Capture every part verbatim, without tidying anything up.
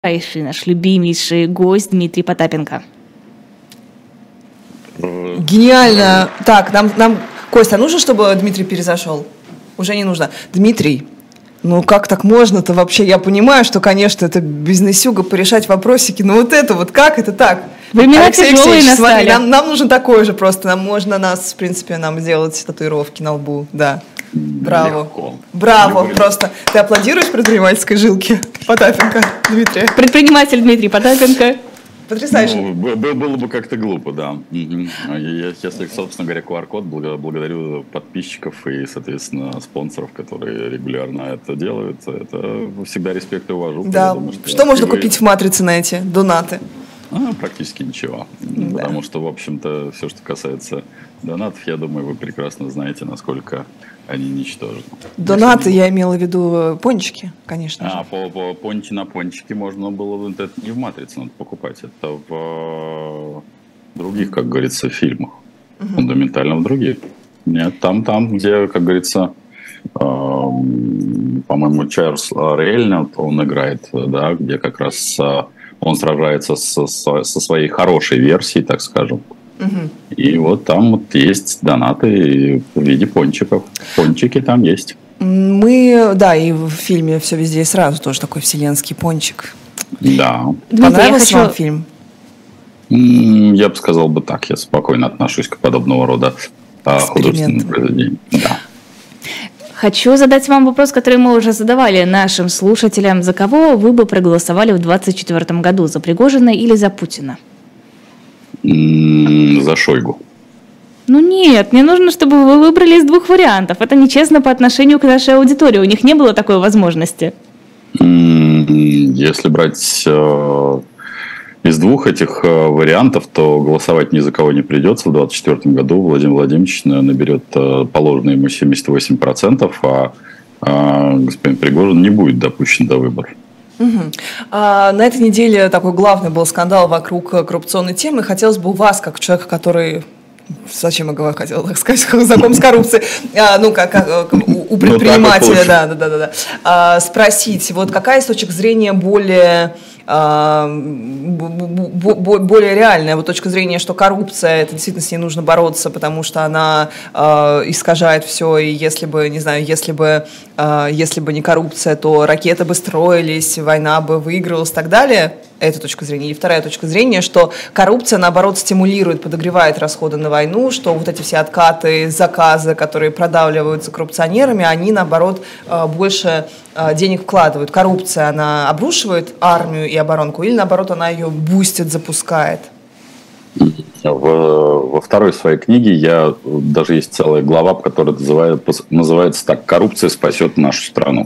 Наш любимейший гость Дмитрий Потапенко. Гениально. Так, нам, нам... Костя, нужно, чтобы Дмитрий перезашел? Уже не нужно. Дмитрий, ну как так можно-то вообще? Я понимаю, что, конечно, это бизнесюга порешать вопросики, но вот это вот, как это так? Времена Алексей тяжелые Алексеевич, настали. смотри, нам, нам нужен такой же просто. Нам можно нас, в принципе, нам сделать татуировки на лбу. Да. Браво. Легко. Браво. Люблю. Просто. Ты аплодируешь предпринимательской жилке Потапенко, Дмитрия? Предприниматель Дмитрий Потапенко. Потрясающе. Ну, б- б- было бы как-то глупо, да. Мгм. А я, если, собственно говоря, ку ар код, благо- благодарю подписчиков и, соответственно, спонсоров, которые регулярно это делают. Это всегда респект и уважуха. Да. Я думаю, Что можно вы- купить в матрице на эти донаты? А, практически ничего. Да. Потому что, в общем-то, все, что касается донатов, я думаю, вы прекрасно знаете, насколько они ничтожны. Донаты, Если- я имела в виду э, пончики, конечно же. А, по, по пончи на пончики можно было бы, это не в «Матрице» надо покупать, это в э, других, как говорится, фильмах. Фундаментально в других. Нет, там, там, где, как говорится, эм, по-моему, Чарльз Рейнольдс, он играет, да, где как раз э, он сражается со, со- со своей хорошей версией, так скажем. И вот там вот есть донаты в виде пончиков. Пончики там есть. Мы, да, и в фильме «Все везде и сразу» тоже такой вселенский пончик. Да. Дмитрий, я Понравился хочу... вам фильм? М, Я бы сказал бы так, я спокойно отношусь к подобного рода а, художественным Экспериментам. произведениям. Да. Хочу задать вам вопрос, который мы уже задавали нашим слушателям. За кого вы бы проголосовали в двадцать четвёртом году? За Пригожина или за Путина? М, За Шойгу. Ну нет, мне нужно, чтобы вы выбрали из двух вариантов. Это нечестно по отношению к нашей аудитории. У них не было такой возможности. М, Если брать э, из двух этих э, вариантов, то голосовать ни за кого не придется. В двадцать четвёртом году Владимир Владимирович э, наберет э, положенные ему семьдесят восемь процентов, а э, господин Пригожин не будет допущен до выборов. Мгм. А, на этой неделе такой главный был скандал вокруг э, коррупционной темы. Хотелось бы у вас, как человека, который... Зачем я говорю, хотела так сказать, знаком с коррупцией, а, ну, как, как у, у предпринимателя, да, да, да, да, да. А, спросить, вот какая с точки зрения более, а, б- б- б- более реальная вот точка зрения, что коррупция, это действительно с ней нужно бороться, потому что она а, искажает все, и если бы, не знаю, если бы, а, если бы не коррупция, то ракеты бы строились, война бы выигралась и так далее. Эта точка зрения. И вторая точка зрения, что коррупция, наоборот, стимулирует, подогревает расходы на войну, что вот эти все откаты, заказы, которые продавливаются коррупционерами, они, наоборот, э, больше э, денег вкладывают. Коррупция, она обрушивает армию и оборонку, или, наоборот, она ее бустит, запускает? В, во второй своей книге я даже есть целая глава, которая называется, называется так: «Коррупция спасет нашу страну».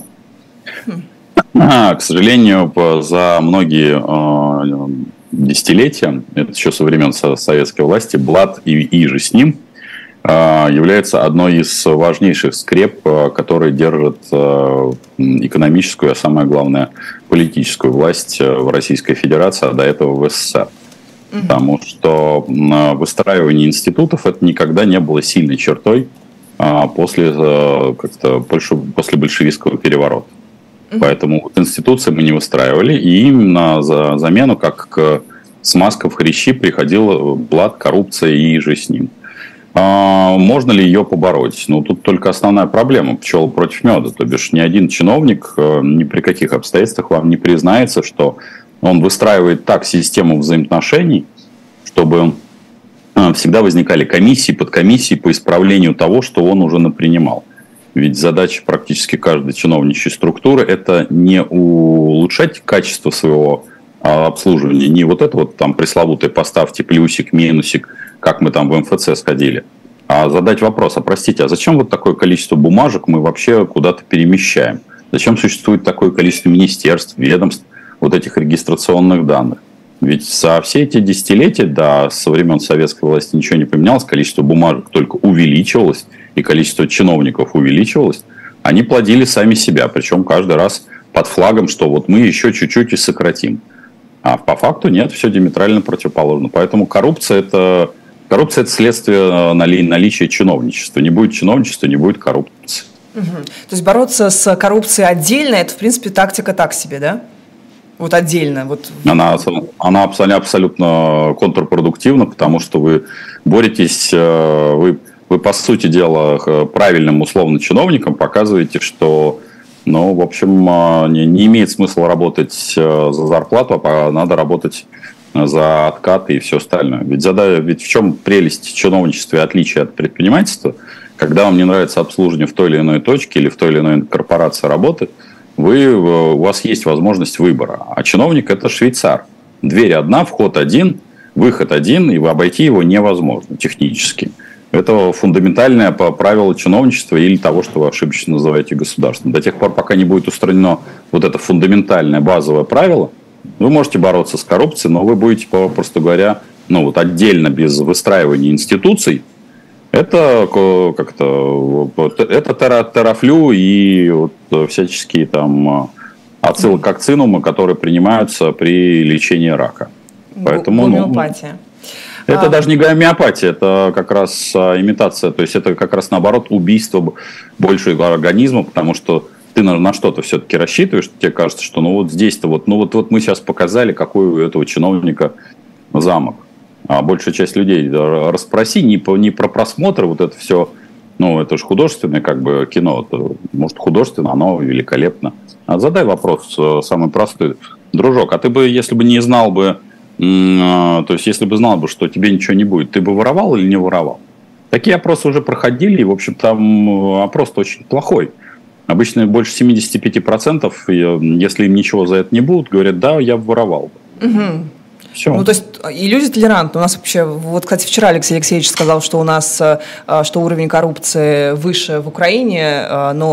А, к сожалению, по- за многие э, десятилетия, это еще со времен со- советской власти, блат и, и же с ним э, является одной из важнейших скреп, э, которые держат э, экономическую, а самое главное, политическую власть э, в Российской Федерации, а до этого в СССР. Потому что м, выстраивание институтов это никогда не было сильной чертой а, после, э, как-то, больше- после большевистского переворота. Поэтому вот институции мы не выстраивали, и им на за- замену, как к смазка в хрящи, приходил блат, коррупция и же с ним. А, можно ли ее побороть? Ну, тут только основная проблема – пчела против меда. То бишь, ни один чиновник э, ни при каких обстоятельствах вам не признается, что он выстраивает так систему взаимоотношений, чтобы э, всегда возникали комиссии, подкомиссии по исправлению того, что он уже напринимал. Ведь задача практически каждой чиновничьей структуры – это не улучшать качество своего а, обслуживания, не вот это вот там пресловутое «поставьте плюсик, минусик», как мы там в эм эф цэ сходили, а задать вопрос: а простите, а зачем вот такое количество бумажек мы вообще куда-то перемещаем? Зачем существует такое количество министерств, ведомств, вот этих регистрационных данных? Ведь за все эти десятилетия, да, со времен советской власти ничего не поменялось, количество бумажек только увеличивалось, и количество чиновников увеличивалось. Они плодили сами себя, причем каждый раз под флагом, что вот мы еще чуть-чуть и сократим. А по факту нет, все диаметрально противоположно. Поэтому коррупция – это, коррупция – это следствие наличия чиновничества. Не будет чиновничества, не будет коррупции. Угу. То есть бороться с коррупцией отдельно – это, в принципе, тактика так себе, да? Вот отдельно. Вот... Она, она абсолютно контрпродуктивна, потому что вы боретесь, вы, вы по сути дела правильным условно чиновникам показываете, что, ну, в общем, не, не имеет смысла работать за зарплату, а надо работать за откаты и все остальное. Ведь, задай, ведь в чем прелесть чиновничества и отличие от предпринимательства? Когда вам не нравится обслуживание в той или иной точке или в той или иной корпорации работы, вы, у вас есть возможность выбора. А чиновник – это швейцар. Дверь одна, вход один, выход один, и обойти его невозможно технически. Это фундаментальное правило чиновничества или того, что вы ошибочно называете государством. До тех пор, пока не будет устранено вот это фундаментальное базовое правило, вы можете бороться с коррупцией, но вы будете, попросту говоря, ну вот отдельно, без выстраивания институций. Это как-то это терафлю и вот всяческие там ацилококцинумы, которые принимаются при лечении рака. Поэтому, гомеопатия. Ну, это а... даже не гомеопатия, это как раз имитация. То есть это как раз наоборот убийство большего организма, потому что ты на, на что-то все-таки рассчитываешь, тебе кажется, что ну вот здесь-то вот, ну вот, вот мы сейчас показали, какой у этого чиновника замок. А большая часть людей расспроси не, по, не про просмотр, вот это все, ну это же художественное как бы кино, это, может художественно, оно великолепно. А задай вопрос самый простой. Дружок, а ты бы, если бы не знал бы, то есть если бы знал бы, что тебе ничего не будет, ты бы воровал или не воровал? Такие опросы уже проходили, и в общем там опрос-то очень плохой. Обычно больше семьдесят пять процентов, если им ничего за это не будут, говорят, да, я воровал. Угу. Все. Ну, то есть и люди толерантны. У нас вообще, вот, кстати, вчера Алексей Алексеевич сказал, что у нас, что уровень коррупции выше в Украине,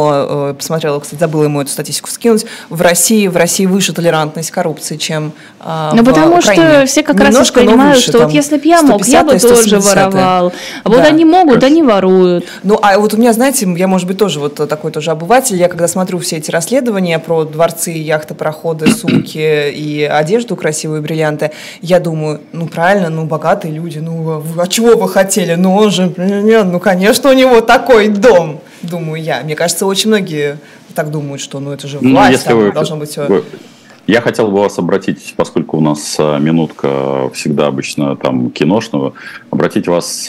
но посмотрела, кстати, забыла ему эту статистику скинуть, в России, в России выше толерантность коррупции, чем ну, в потому Украине. Что все как Немножко, раз понимают, выше, что вот если бы я мог, я бы тоже воровал. А вот да. они могут, Конечно. Они воруют. Ну, а вот у меня, знаете, я, может быть, тоже вот такой тоже обыватель, я когда смотрю все эти расследования про дворцы, яхты, пароходы, сумки и одежду красивую, бриллианты, я думаю, ну, правильно, ну, богатые люди, ну, а чего вы хотели? Ну, он же, нет, ну, конечно, у него такой дом, думаю я. Мне кажется, очень многие так думают, что, ну, это же власть, ну, там должно быть все... Вы... Я хотел бы вас обратить, поскольку у нас минутка всегда обычно там киношного, обратить вас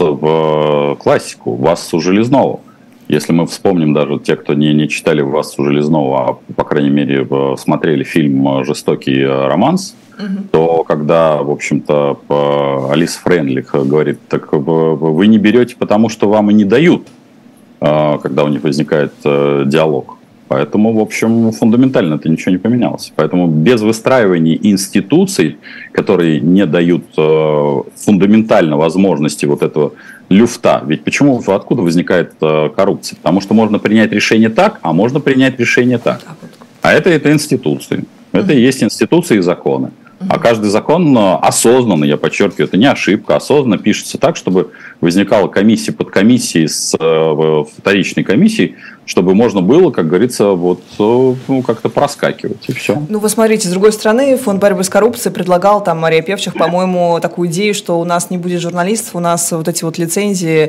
в классику, Вассу Железнову. Если мы вспомним даже те, кто не, не читали Вассу Железнову, а, по крайней мере, смотрели фильм «Жестокий романс», угу. то когда, в общем-то, Алиса Фрейндлих говорит, так вы не берете, потому что вам и не дают, когда у них возникает диалог. Поэтому, в общем, фундаментально это ничего не поменялось. Поэтому без выстраивания институций, которые не дают э, фундаментально возможности вот этого люфта. Ведь почему, откуда возникает э, коррупция? Потому что можно принять решение так, а можно принять решение так. А это, это институции. Это и есть институции и законы. А каждый закон осознанно, я подчеркиваю, это не ошибка, осознанно пишется так, чтобы возникала комиссия под комиссией с э, вторичной комиссией, чтобы можно было, как говорится, вот, ну, как-то проскакивать, и все. Ну, вы смотрите, с другой стороны, Фонд борьбы с коррупцией предлагал, там, Мария Певчих, по-моему, такую идею, что у нас не будет журналистов, у нас вот эти вот лицензии,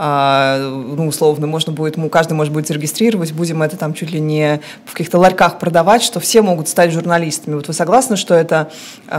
э, ну, условно, можно будет, каждый может будет зарегистрировать, будем это там чуть ли не в каких-то ларьках продавать, что все могут стать журналистами. Вот вы согласны, что это,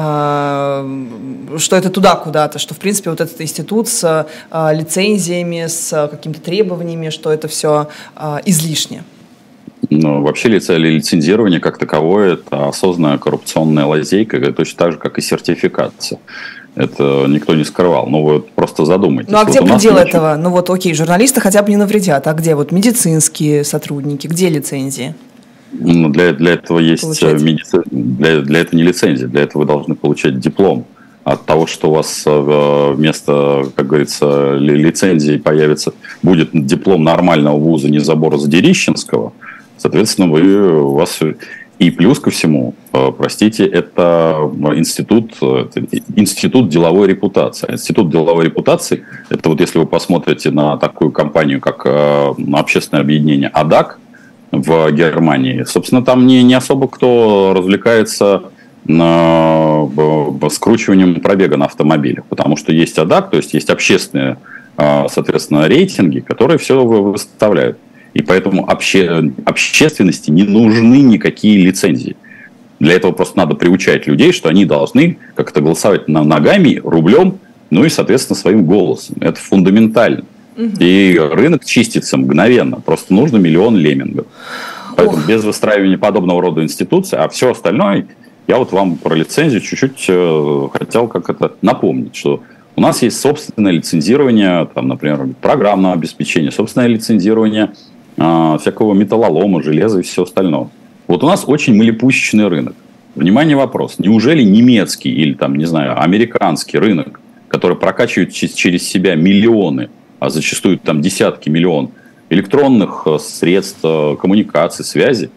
э, что это туда куда-то, что, в принципе, вот этот институт с э, лицензиями, с какими-то требованиями, что это все э, излишне? Ну, вообще лицензирование как таковое – это осознанная коррупционная лазейка, точно так же, как и сертификация. Это никто не скрывал. Ну, вы просто задумайтесь. Ну, а где вот предел этого? Ну, вот, окей, журналисты хотя бы не навредят. А где вот медицинские сотрудники? Где лицензии? Ну, для, для этого есть медици... для, для этого не лицензия. Для этого вы должны получать диплом. От того, что у вас вместо, как говорится, лицензии появится, будет диплом нормального вуза, не забора Задерищенского, соответственно, вы, у вас... И плюс ко всему, простите, это институт, это институт деловой репутации. Институт деловой репутации, это вот если вы посмотрите на такую компанию, как на общественное объединение АДАК в Германии, собственно, там не, не особо кто развлекается скручиванием пробега на автомобилях, потому что есть АДАК, то есть есть общественные, соответственно, рейтинги, которые все выставляют. И поэтому обще... общественности не нужны никакие лицензии. Для этого просто надо приучать людей, что они должны как-то голосовать ногами, рублем, ну и, соответственно, своим голосом. Это фундаментально. Угу. И рынок чистится мгновенно. Просто нужно миллион леммингов. Поэтому Ох. без выстраивания подобного рода институций, а все остальное, я вот вам про лицензию чуть-чуть э, хотел как это напомнить, что у нас есть собственное лицензирование, там, например, программного обеспечения, собственное лицензирование э, всякого металлолома, железа и все остальное. Вот у нас очень малепусечный рынок. Внимание, вопрос. Неужели немецкий или, там, не знаю, американский рынок, который прокачивает через себя миллионы, а зачастую там десятки миллионов электронных средств коммуникации, связи,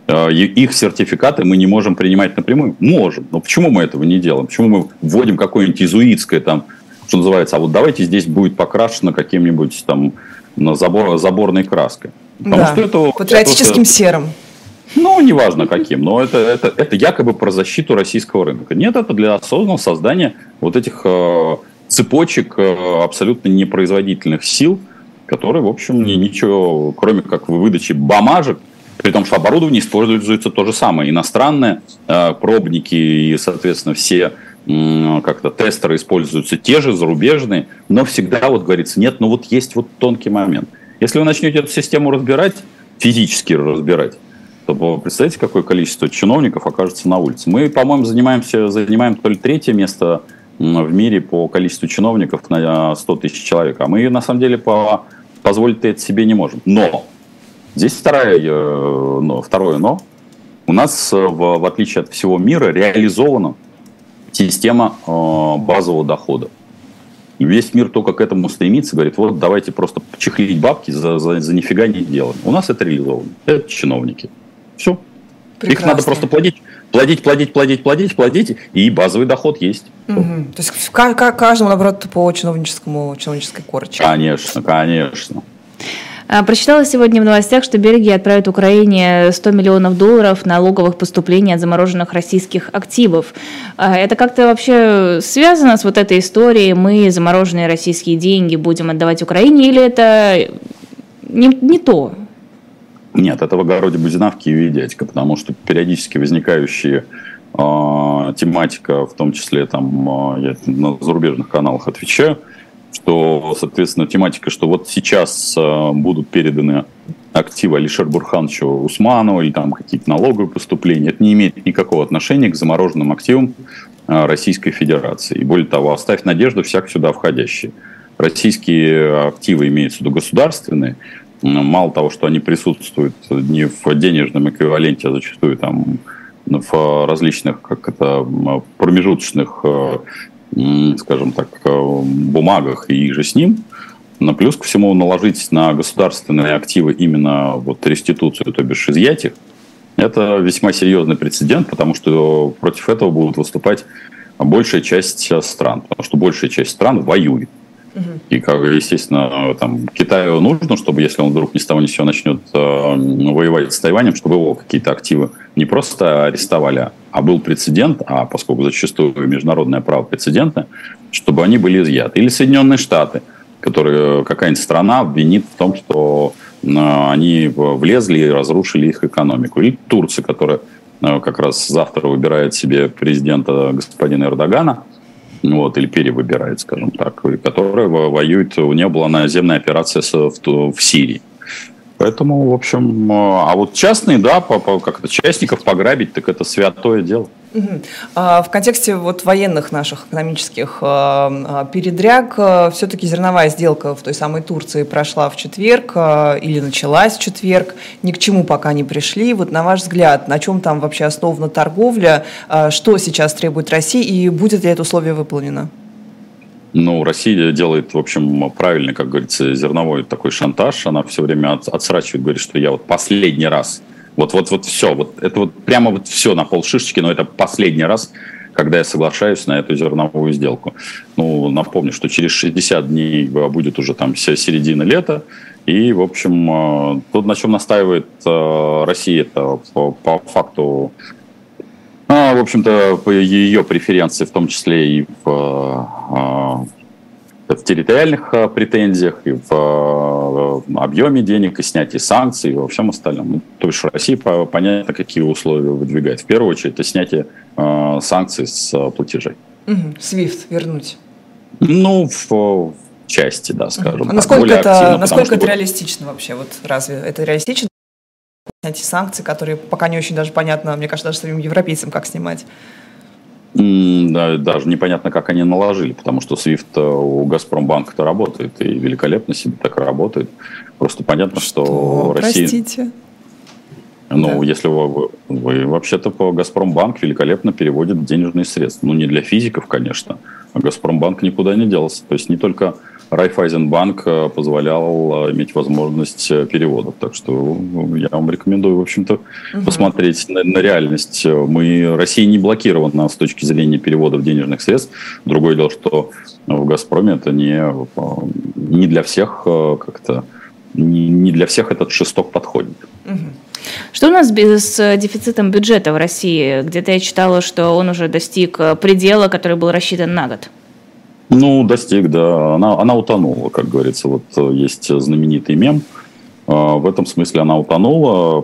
их сертификаты мы не можем принимать напрямую? Можем. Но почему мы этого не делаем? Почему мы вводим какое-нибудь изуитское, там, что называется, а вот давайте здесь будет покрашено каким-нибудь там забор, заборной краской? Потому да, что это, патриотическим это, серым. Ну, неважно каким, но это, это, это якобы про защиту российского рынка. Нет, это для осознанного создания вот этих э, цепочек э, абсолютно непроизводительных сил, которые, в общем, ничего, кроме как выдачи бумажек, при том, что оборудование используется то же самое. Иностранные э, пробники и, соответственно, все э, как-то тестеры используются те же, зарубежные, но всегда, вот говорится, нет, ну вот есть вот тонкий момент. Если вы начнете эту систему разбирать, физически разбирать, то представляете, какое количество чиновников окажется на улице. Мы, по-моему, занимаемся, занимаем то ли третье место в мире по количеству чиновников на сто тысяч человек, а мы, на самом деле, по, позволить это себе не можем. Но здесь второе, но, второе но. У нас, в, в отличие от всего мира, реализована система э, базового дохода. Весь мир только к этому стремится, говорит, вот давайте просто чехлить бабки, за, за, за нифига не делаем. У нас это реализовано. Это чиновники. Все. Прекрасно. Их надо просто платить, платить, платить, платить, платить, платить, и базовый доход есть. Угу. То есть каждому, наоборот, по чиновническому, чиновнической корочке. Конечно, конечно. Прочитала сегодня в новостях, что Бельгия отправит Украине сто миллионов долларов налоговых поступлений от замороженных российских активов. Это как-то вообще связано с вот этой историей? Мы замороженные российские деньги будем отдавать Украине, или это не, не то? Нет, это в огороде Бузина, в Киеве и дядька, потому что периодически возникающие э, тематика, в том числе там, э, я на зарубежных каналах отвечаю, что, соответственно, тематика, что вот сейчас э, будут переданы активы Алишеру Бурхановичу Усманову или там какие-то налоговые поступления, это не имеет никакого отношения к замороженным активам э, Российской Федерации. И более того, оставь надежду всяк сюда входящие. Российские активы имеются в виду государственные. Мало того, что они присутствуют не в денежном эквиваленте, а зачастую там в различных как это, промежуточных, скажем так, бумагах и же с ним, но плюс ко всему наложить на государственные активы именно вот реституцию, то бишь изъять их, это весьма серьезный прецедент, потому что против этого будут выступать большая часть стран, потому что большая часть стран воюет. И, как, естественно, там, Китаю нужно, чтобы, если он вдруг ни с того ни с сего начнет э, воевать с Тайванем, чтобы его какие-то активы не просто арестовали, а был прецедент, а поскольку зачастую международное право прецедентное, чтобы они были изъяты. Или Соединенные Штаты, которые какая-нибудь страна обвинит в том, что э, они влезли и разрушили их экономику. Или Турция, которая э, как раз завтра выбирает себе президента господина Эрдогана, вот, или перевыбирает, скажем так, которая воюет, у нее была наземная операция в, в Сирии. Поэтому, в общем, а вот частные, да, по, по, как это, частников пограбить, так это святое дело. Угу. А в контексте вот военных наших экономических а, передряг а, все-таки зерновая сделка в той самой Турции прошла в четверг а, или началась в четверг, ни к чему пока не пришли. Вот на ваш взгляд, на чем там вообще основана торговля, а, что сейчас требует Россия и будет ли это условие выполнено? Ну, Россия делает, в общем, правильный, как говорится, зерновой такой шантаж. Она все время от, отсрачивает, говорит, что я вот последний раз, вот-вот-вот все, вот это вот прямо вот все на полшишечки, но это последний раз, когда я соглашаюсь на эту зерновую сделку. Ну, напомню, что через шестьдесят дней будет уже там середина лета, и, в общем, тут на чем настаивает Россия, это по, по факту, А, в общем-то, ее преференции, в том числе и в, в территориальных претензиях, и в объеме денег, и снятии санкций, и во всем остальном. Ну, то есть Россия понятно, какие условия выдвигает. В первую очередь, это снятие санкций с платежей. свифт вернуть? Ну, в, в части, да, скажем. А насколько это, активно, насколько это реалистично вообще? Вот разве это реалистично? Снятие санкций, которые пока не очень даже понятно, мне кажется, даже самим европейцам, как снимать. Да, даже непонятно, как они наложили, потому что свифт у Газпромбанка-то работает, и великолепно себе так работает. Просто понятно, что, что Россия... Простите? Ну, да. если вы, вы вообще-то по Газпромбанк великолепно переводит денежные средства. Ну, не для физиков, конечно, а Газпромбанк никуда не делся. То есть не только Райффайзенбанк позволял иметь возможность переводов. Так что я вам рекомендую, в общем-то, угу. посмотреть на, на реальность. Мы, Россия не блокирована с точки зрения переводов денежных средств. Другое дело, что в «Газпроме» это не, не для всех как-то, не, не для всех этот шесток подходит. Угу. Что у нас с дефицитом бюджета в России? Где-то я читала, что он уже достиг предела, который был рассчитан на год. Ну, достиг, да. Она, она утонула, как говорится. Вот есть знаменитый мем. В этом смысле она утонула.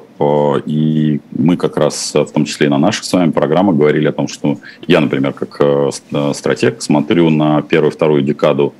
И мы как раз, в том числе и на наших с вами программах, говорили о том, что я, например, как стратег, смотрю на первую-вторую декаду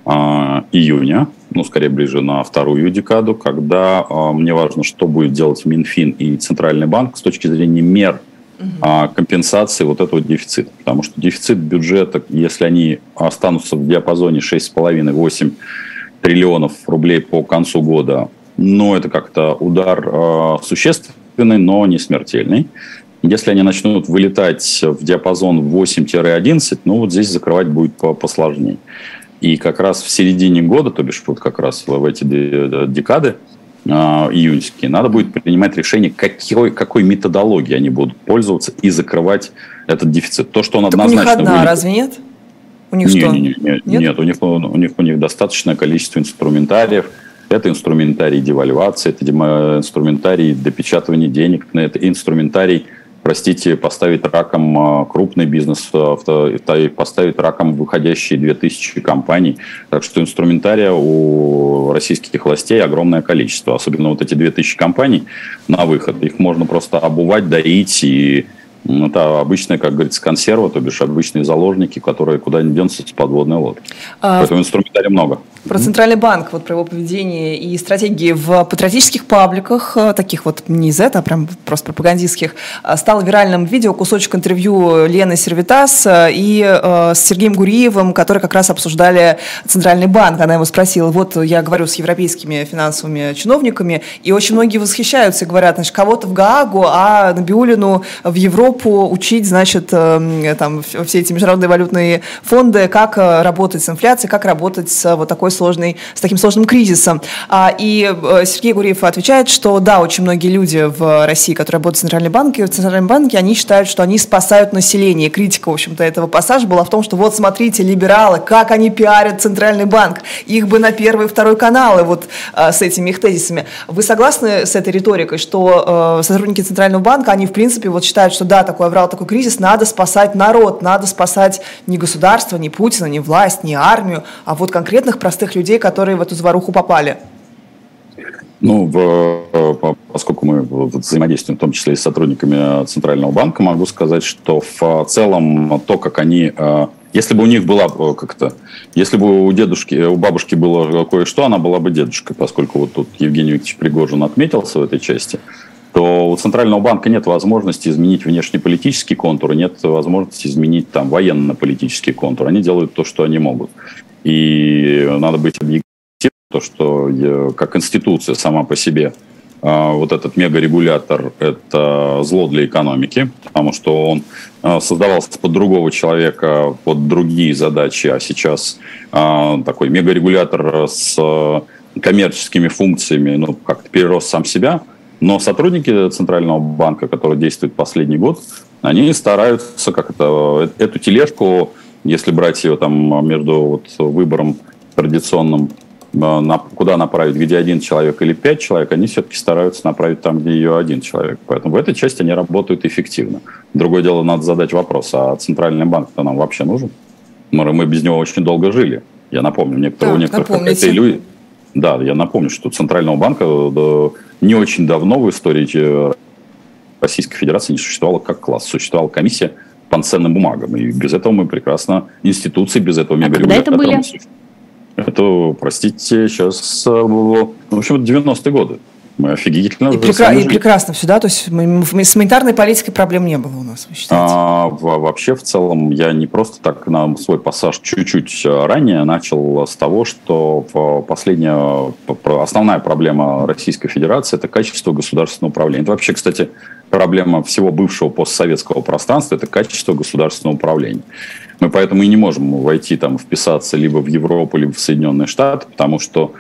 июня, ну, скорее ближе на вторую декаду, когда мне важно, что будет делать Минфин и Центральный банк с точки зрения мер компенсации вот этого дефицита. Потому что дефицит бюджета, если они останутся в диапазоне шесть с половиной - восемь триллионов рублей по концу года, ну, это как-то удар э, существенный, но не смертельный. Если они начнут вылетать в диапазон восемь - одиннадцать, ну, вот здесь закрывать будет посложнее. И как раз в середине года, то бишь вот как раз в эти декады, июньские, надо будет принимать решение, какой, какой методологией они будут пользоваться и закрывать этот дефицит. То, что он так однозначно... у них одна, вылетит... разве нет? У них не, что? Не, не, не, нет, нет у, них, у, них, у них достаточное количество инструментариев. Это инструментарий девальвации, это инструментарий допечатывания денег, это инструментарий, простите, поставить раком крупный бизнес, поставить раком выходящие две тысячи компаний. Так что инструментария у российских властей огромное количество. Особенно вот эти две тысячи компаний на выход. Их можно просто обувать, дарить. И это обычная, как говорится, консерва, то бишь обычные заложники, которые куда ни денутся с подводной лодки. А... Поэтому инструментария много. Про Центральный банк, вот про его поведение и стратегии в патриотических пабликах, таких вот не из этого, а прям просто пропагандистских, стало виральным видео, кусочек интервью Лены Сервитас и э, с Сергеем Гуриевым, которые как раз обсуждали Центральный банк. Она его спросила, вот я говорю с европейскими финансовыми чиновниками, и очень многие восхищаются и говорят, значит, кого-то в Гаагу, а Набиуллину в Европу учить, значит, э, там, все эти международные валютные фонды, как работать с инфляцией, как работать с вот такой сложный, с таким сложным кризисом. И Сергей Гуриев отвечает, что да, очень многие люди в России, которые работают в Центральном банке, в Центральном банке, они считают, что они спасают население. Критика, в общем-то, этого пассажа была в том, что вот смотрите, либералы, как они пиарят Центральный банк, их бы на первый и второй каналы вот с этими их тезисами. Вы согласны с этой риторикой, что сотрудники Центрального банка, они в принципе вот считают, что да, такой аврал, такой кризис, надо спасать народ, надо спасать не государство, не Путина, не власть, не армию, а вот конкретных простых людей, которые в эту заваруху попали? Ну, в, поскольку мы взаимодействуем в том числе и с сотрудниками Центрального банка, могу сказать, что в целом то, как они... Если бы у них была как-то... Если бы у дедушки, у бабушки было кое-что, она была бы дедушкой, поскольку вот тут Евгений Викторович Пригожин отметился в этой части, то у Центрального банка нет возможности изменить внешнеполитический контур, нет возможности изменить там военно-политический контур. Они делают то, что они могут. И надо быть объективным, то, что как институция сама по себе, вот этот мегарегулятор – это зло для экономики, потому что он создавался под другого человека, под другие задачи, а сейчас такой мегарегулятор с коммерческими функциями, ну, как-то перерос сам себя. Но сотрудники Центрального банка, которые действуют последний год, они стараются как это, эту тележку, если брать ее там между вот выбором традиционным, на, куда направить, где один человек или пять человек, они все-таки стараются направить там, где ее один человек. Поэтому в этой части они работают эффективно. Другое дело, надо задать вопрос, а Центральный банк-то нам вообще нужен? Мы, мы без него очень долго жили. Я напомню, некоторые, так, у некоторых напомните. какая-то иллюзия. Да, я напомню, что Центрального банка да, не очень давно в истории Российской Федерации не существовало как класс. Существовала комиссия по ценным бумагам. И без этого мы прекрасно... Институции без этого мегарегулятора... А когда это были? Это, простите, сейчас... В общем, девяностые годы. Мы офигительно... И, прекра... и прекрасно все, да? То есть с монетарной политикой проблем не было у нас, вы считаете? А, вообще, в целом, я не просто так на свой пассаж чуть-чуть ранее начал с того, что последняя, основная проблема Российской Федерации – это качество государственного управления. Это вообще, кстати, проблема всего бывшего постсоветского пространства – это качество государственного управления. Мы поэтому и не можем войти, там, вписаться либо в Европу, либо в Соединенные Штаты, потому что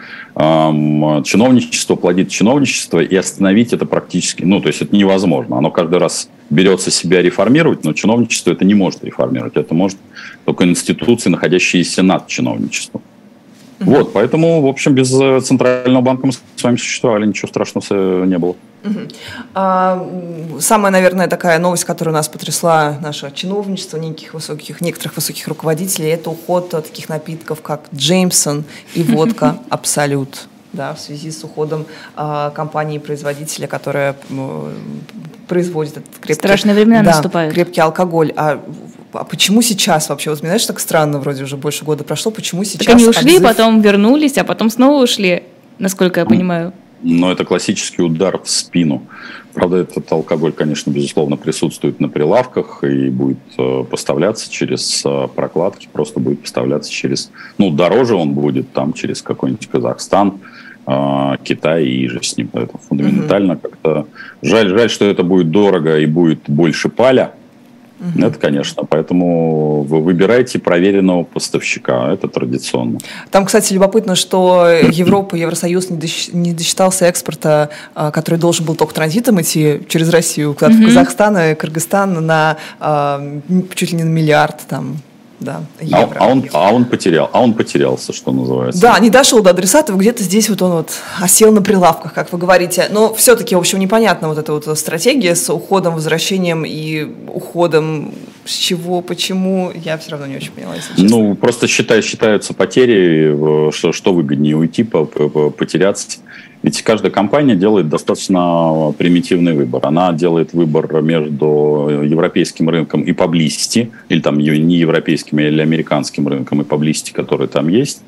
эм, чиновничество плодит чиновничество, и остановить это практически, ну, то есть это невозможно. Оно каждый раз берется себя реформировать, но чиновничество это не может реформировать. Это может только институции, находящиеся над чиновничеством. Mm-hmm. Вот, поэтому, в общем, без Центрального банка мы с вами существовали, ничего страшного не было. Uh-huh. А, самая, наверное, такая новость, которая нас потрясла, наше чиновничество, неких высоких, некоторых высоких руководителей, это уход таких напитков, как Джеймсон и водка Абсолют, да, в связи с уходом а, компании-производителя, которая а, производит этот крепкий, страшные времена да, наступают. крепкий алкоголь. А, а почему сейчас вообще? Вот, знаешь, так странно, вроде уже больше года прошло, почему сейчас? Так они ушли, отзыв... потом вернулись, а потом снова ушли, насколько я понимаю. Но это классический удар в спину. Правда, этот алкоголь, конечно, безусловно, присутствует на прилавках и будет э, поставляться через э, прокладки, просто будет поставляться через... Ну, дороже он будет там через какой-нибудь Казахстан, э, Китай и же с ним. Поэтому фундаментально mm-hmm. как-то... Жаль, жаль, что это будет дорого и будет больше паля. Угу. Это, конечно. Поэтому вы выбирайте проверенного поставщика. Это традиционно. Там, кстати, любопытно, что Европа, Евросоюз не досчитался экспорта, который должен был только транзитом идти через Россию, куда-то угу. в Казахстан и Кыргызстан на чуть ли не на миллиард там. Да, евро. А, а, он, а, он потерял, а он потерялся, что называется. Да, не дошел до адресатов, где-то здесь вот он вот осел на прилавках, как вы говорите. Но все-таки, в общем, непонятна вот эта вот стратегия с уходом, возвращением и уходом. С чего, почему, я все равно не очень поняла, если честно. Ну, просто считай, считаются потери, что, что выгоднее уйти, потеряться. Ведь каждая компания делает достаточно примитивный выбор. Она делает выбор между европейским рынком и поблизости, или там не европейским, или американским рынком и поблизости, который там есть.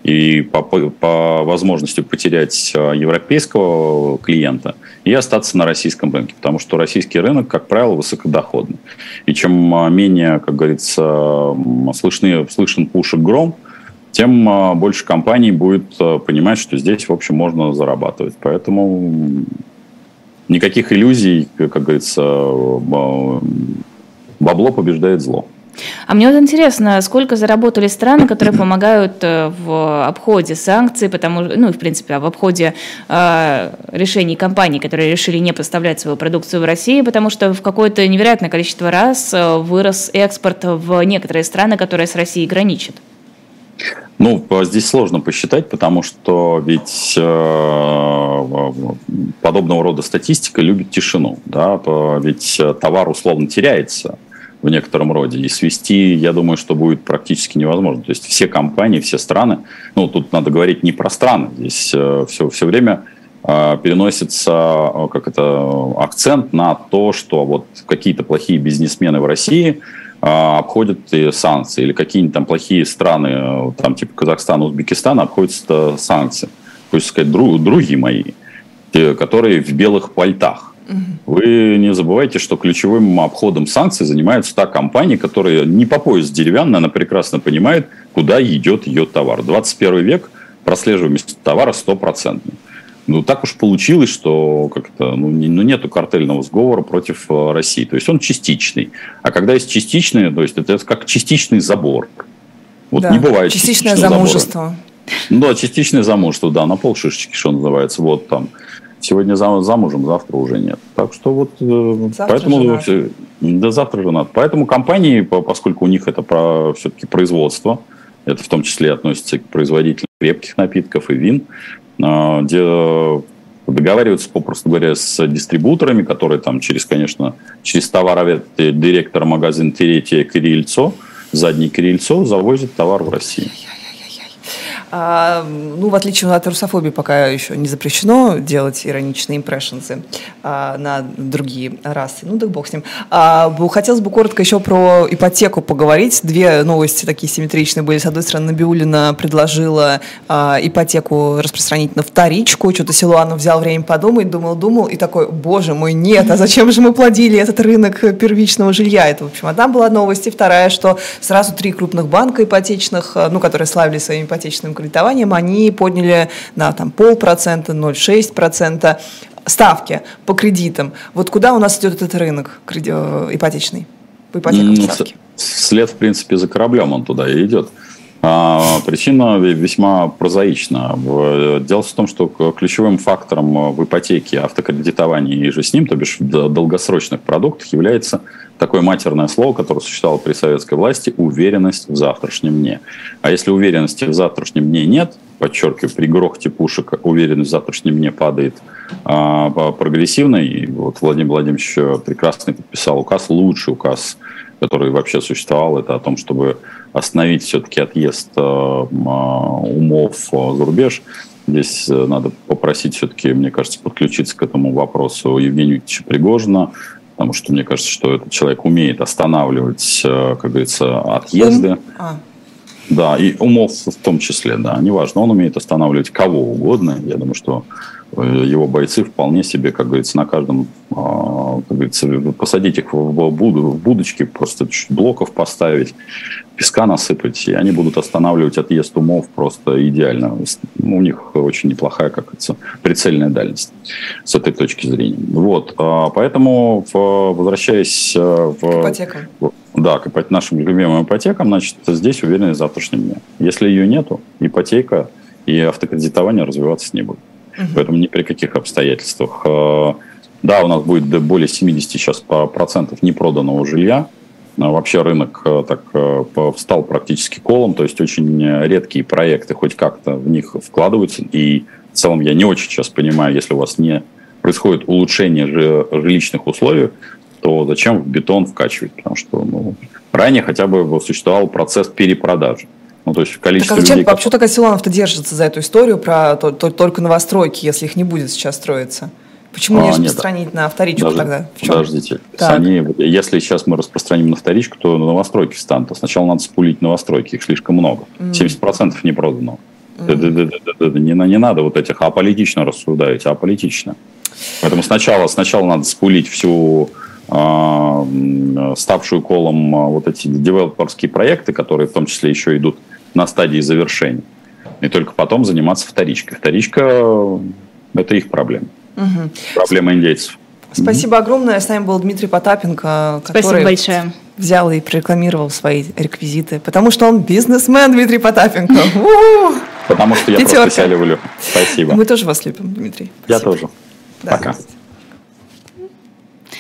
И по, по возможности потерять европейского клиента и остаться на российском рынке. Потому что российский рынок, как правило, высокодоходный. И чем менее, как говорится, слышны, слышен пушек гром, тем больше компаний будет понимать, что здесь, в общем, можно зарабатывать. Поэтому никаких иллюзий, как говорится, бабло побеждает зло. А мне вот интересно, сколько заработали страны, которые помогают в обходе санкций, потому, ну, в принципе, в обходе э, решений компаний, которые решили не поставлять свою продукцию в Россию, потому что в какое-то невероятное количество раз вырос экспорт в некоторые страны, которые с Россией граничат. Ну, здесь сложно посчитать, потому что ведь э, подобного рода статистика любит тишину, да, ведь товар условно теряется в некотором роде, и свести, я думаю, что будет практически невозможно. То есть все компании, все страны, ну, тут надо говорить не про страны, здесь э, все, все время э, переносится э, как это, акцент на то, что вот какие-то плохие бизнесмены в России обходят санкции, или какие-нибудь там плохие страны, там типа Казахстана, Узбекистана, обходятся санкции. Хочется сказать, друг, други мои, те, которые в белых пальтах. Угу. Вы не забывайте, что ключевым обходом санкций занимается та компания, которая не по пояс деревянная, она прекрасно понимает, куда идет ее товар. двадцать первый век, прослеживаемость товара стопроцентная. Ну, так уж получилось, что как-то, ну, не, ну, нету картельного сговора против э, России. То есть он частичный. А когда есть частичный, то есть это как частичный забор. Вот да, не бывает частичное замужество. Ну, да, частичное замужество, да, на полшишечки, что называется. Вот там. Сегодня замужем, завтра уже нет. Так что вот... Э, поэтому все, да, завтра женат. Поэтому компании, поскольку у них это про, все-таки производство, это в том числе относится к производителям крепких напитков и вин, где договариваются, попросту говоря, с дистрибуторами, которые там через, конечно, через товаровед директора магазина третье крыльцо, заднее крыльцо завозят товар в Россию. А, ну, в отличие от русофобии, пока еще не запрещено делать ироничные импрессионсы а, на другие расы. Ну, так бог с ним. А, хотелось бы коротко еще про ипотеку поговорить. Две новости такие симметричные были. С одной стороны, Набиуллина предложила а, ипотеку распространить на вторичку. Что-то Силуанов взял время подумать, думал, думал, и такой, боже мой, нет, а зачем же мы плодили этот рынок первичного жилья? Это, в общем, одна была новость. И вторая, что сразу три крупных банка ипотечных, ну, которые славились своим ипотечным кредитованием, они подняли на там, полпроцента, ноль целых шесть десятых процента ставки по кредитам. Вот куда у нас идет этот рынок креди... ипотечный? По ипотекам ну, ставки. Вслед, в принципе, за кораблем он туда и идет. А, причина весьма прозаична. Дело в том, что ключевым фактором в ипотеке, автокредитовании и же с ним, то бишь в долгосрочных продуктах, является такое матерное слово, которое существовало при советской власти – уверенность в завтрашнем дне. А если уверенности в завтрашнем дне нет, подчеркиваю, при грохоте пушек уверенность в завтрашнем дне падает а, прогрессивно. И вот Владимир Владимирович прекрасно подписал указ, лучший указ, который вообще существовал, это о том, чтобы остановить все-таки отъезд э, умов за рубеж. Здесь надо попросить все-таки, мне кажется, подключиться к этому вопросу Евгения Викторовича Пригожина, потому что мне кажется, что этот человек умеет останавливать, как говорится, отъезды. А. Да, и умов в том числе, да, неважно. Он умеет останавливать кого угодно. Я думаю, что его бойцы вполне себе, как говорится, на каждом, как говорится, посадить их в будочки, просто блоков поставить, песка насыпать, и они будут останавливать отъезд умов просто идеально. У них очень неплохая, как говорится, прицельная дальность с этой точки зрения. Вот, поэтому, возвращаясь в... К ипотекам. Да, к нашим любимым ипотекам, значит, здесь уверенность в завтрашнем дне. Если ее нету, ипотека и автокредитование развиваться не будут. Угу. Поэтому ни при каких обстоятельствах. Да, у нас будет более семьдесят сейчас процентов непроданного жилья. Вообще рынок так стал практически колом, то есть очень редкие проекты хоть как-то в них вкладываются. И в целом я не очень сейчас понимаю, если у вас не происходит улучшение жилищных условий, то зачем в бетон вкачивать? Потому что ну, ранее хотя бы существовал процесс перепродажи. Ну, то есть количество так, а зачем, людей... Почему так Силуанов-то держится за эту историю про то, то, только новостройки, если их не будет сейчас строиться? Почему а, не распространить нет, на вторичку даже, тогда? В чем? Подождите. Они, если сейчас мы распространим на вторичку, то новостройки встанут. А сначала надо спулить новостройки, их слишком много. Mm. семьдесят процентов не продано. Mm. Не, не надо вот этих аполитично рассуждать, а аполитично. Поэтому сначала, сначала надо спулить всю... ставшую колом вот эти девелоперские проекты, которые в том числе еще идут на стадии завершения. И только потом заниматься вторичкой. Вторичка – это их проблема. Угу. Проблема индейцев. Спасибо угу. огромное. С нами был Дмитрий Потапенко, который Спасибо большое. Взял и прорекламировал свои реквизиты. Потому что он бизнесмен, Дмитрий Потапенко. Потому что я просто себя люблю. Спасибо. Мы тоже вас любим, Дмитрий. Я тоже. Пока.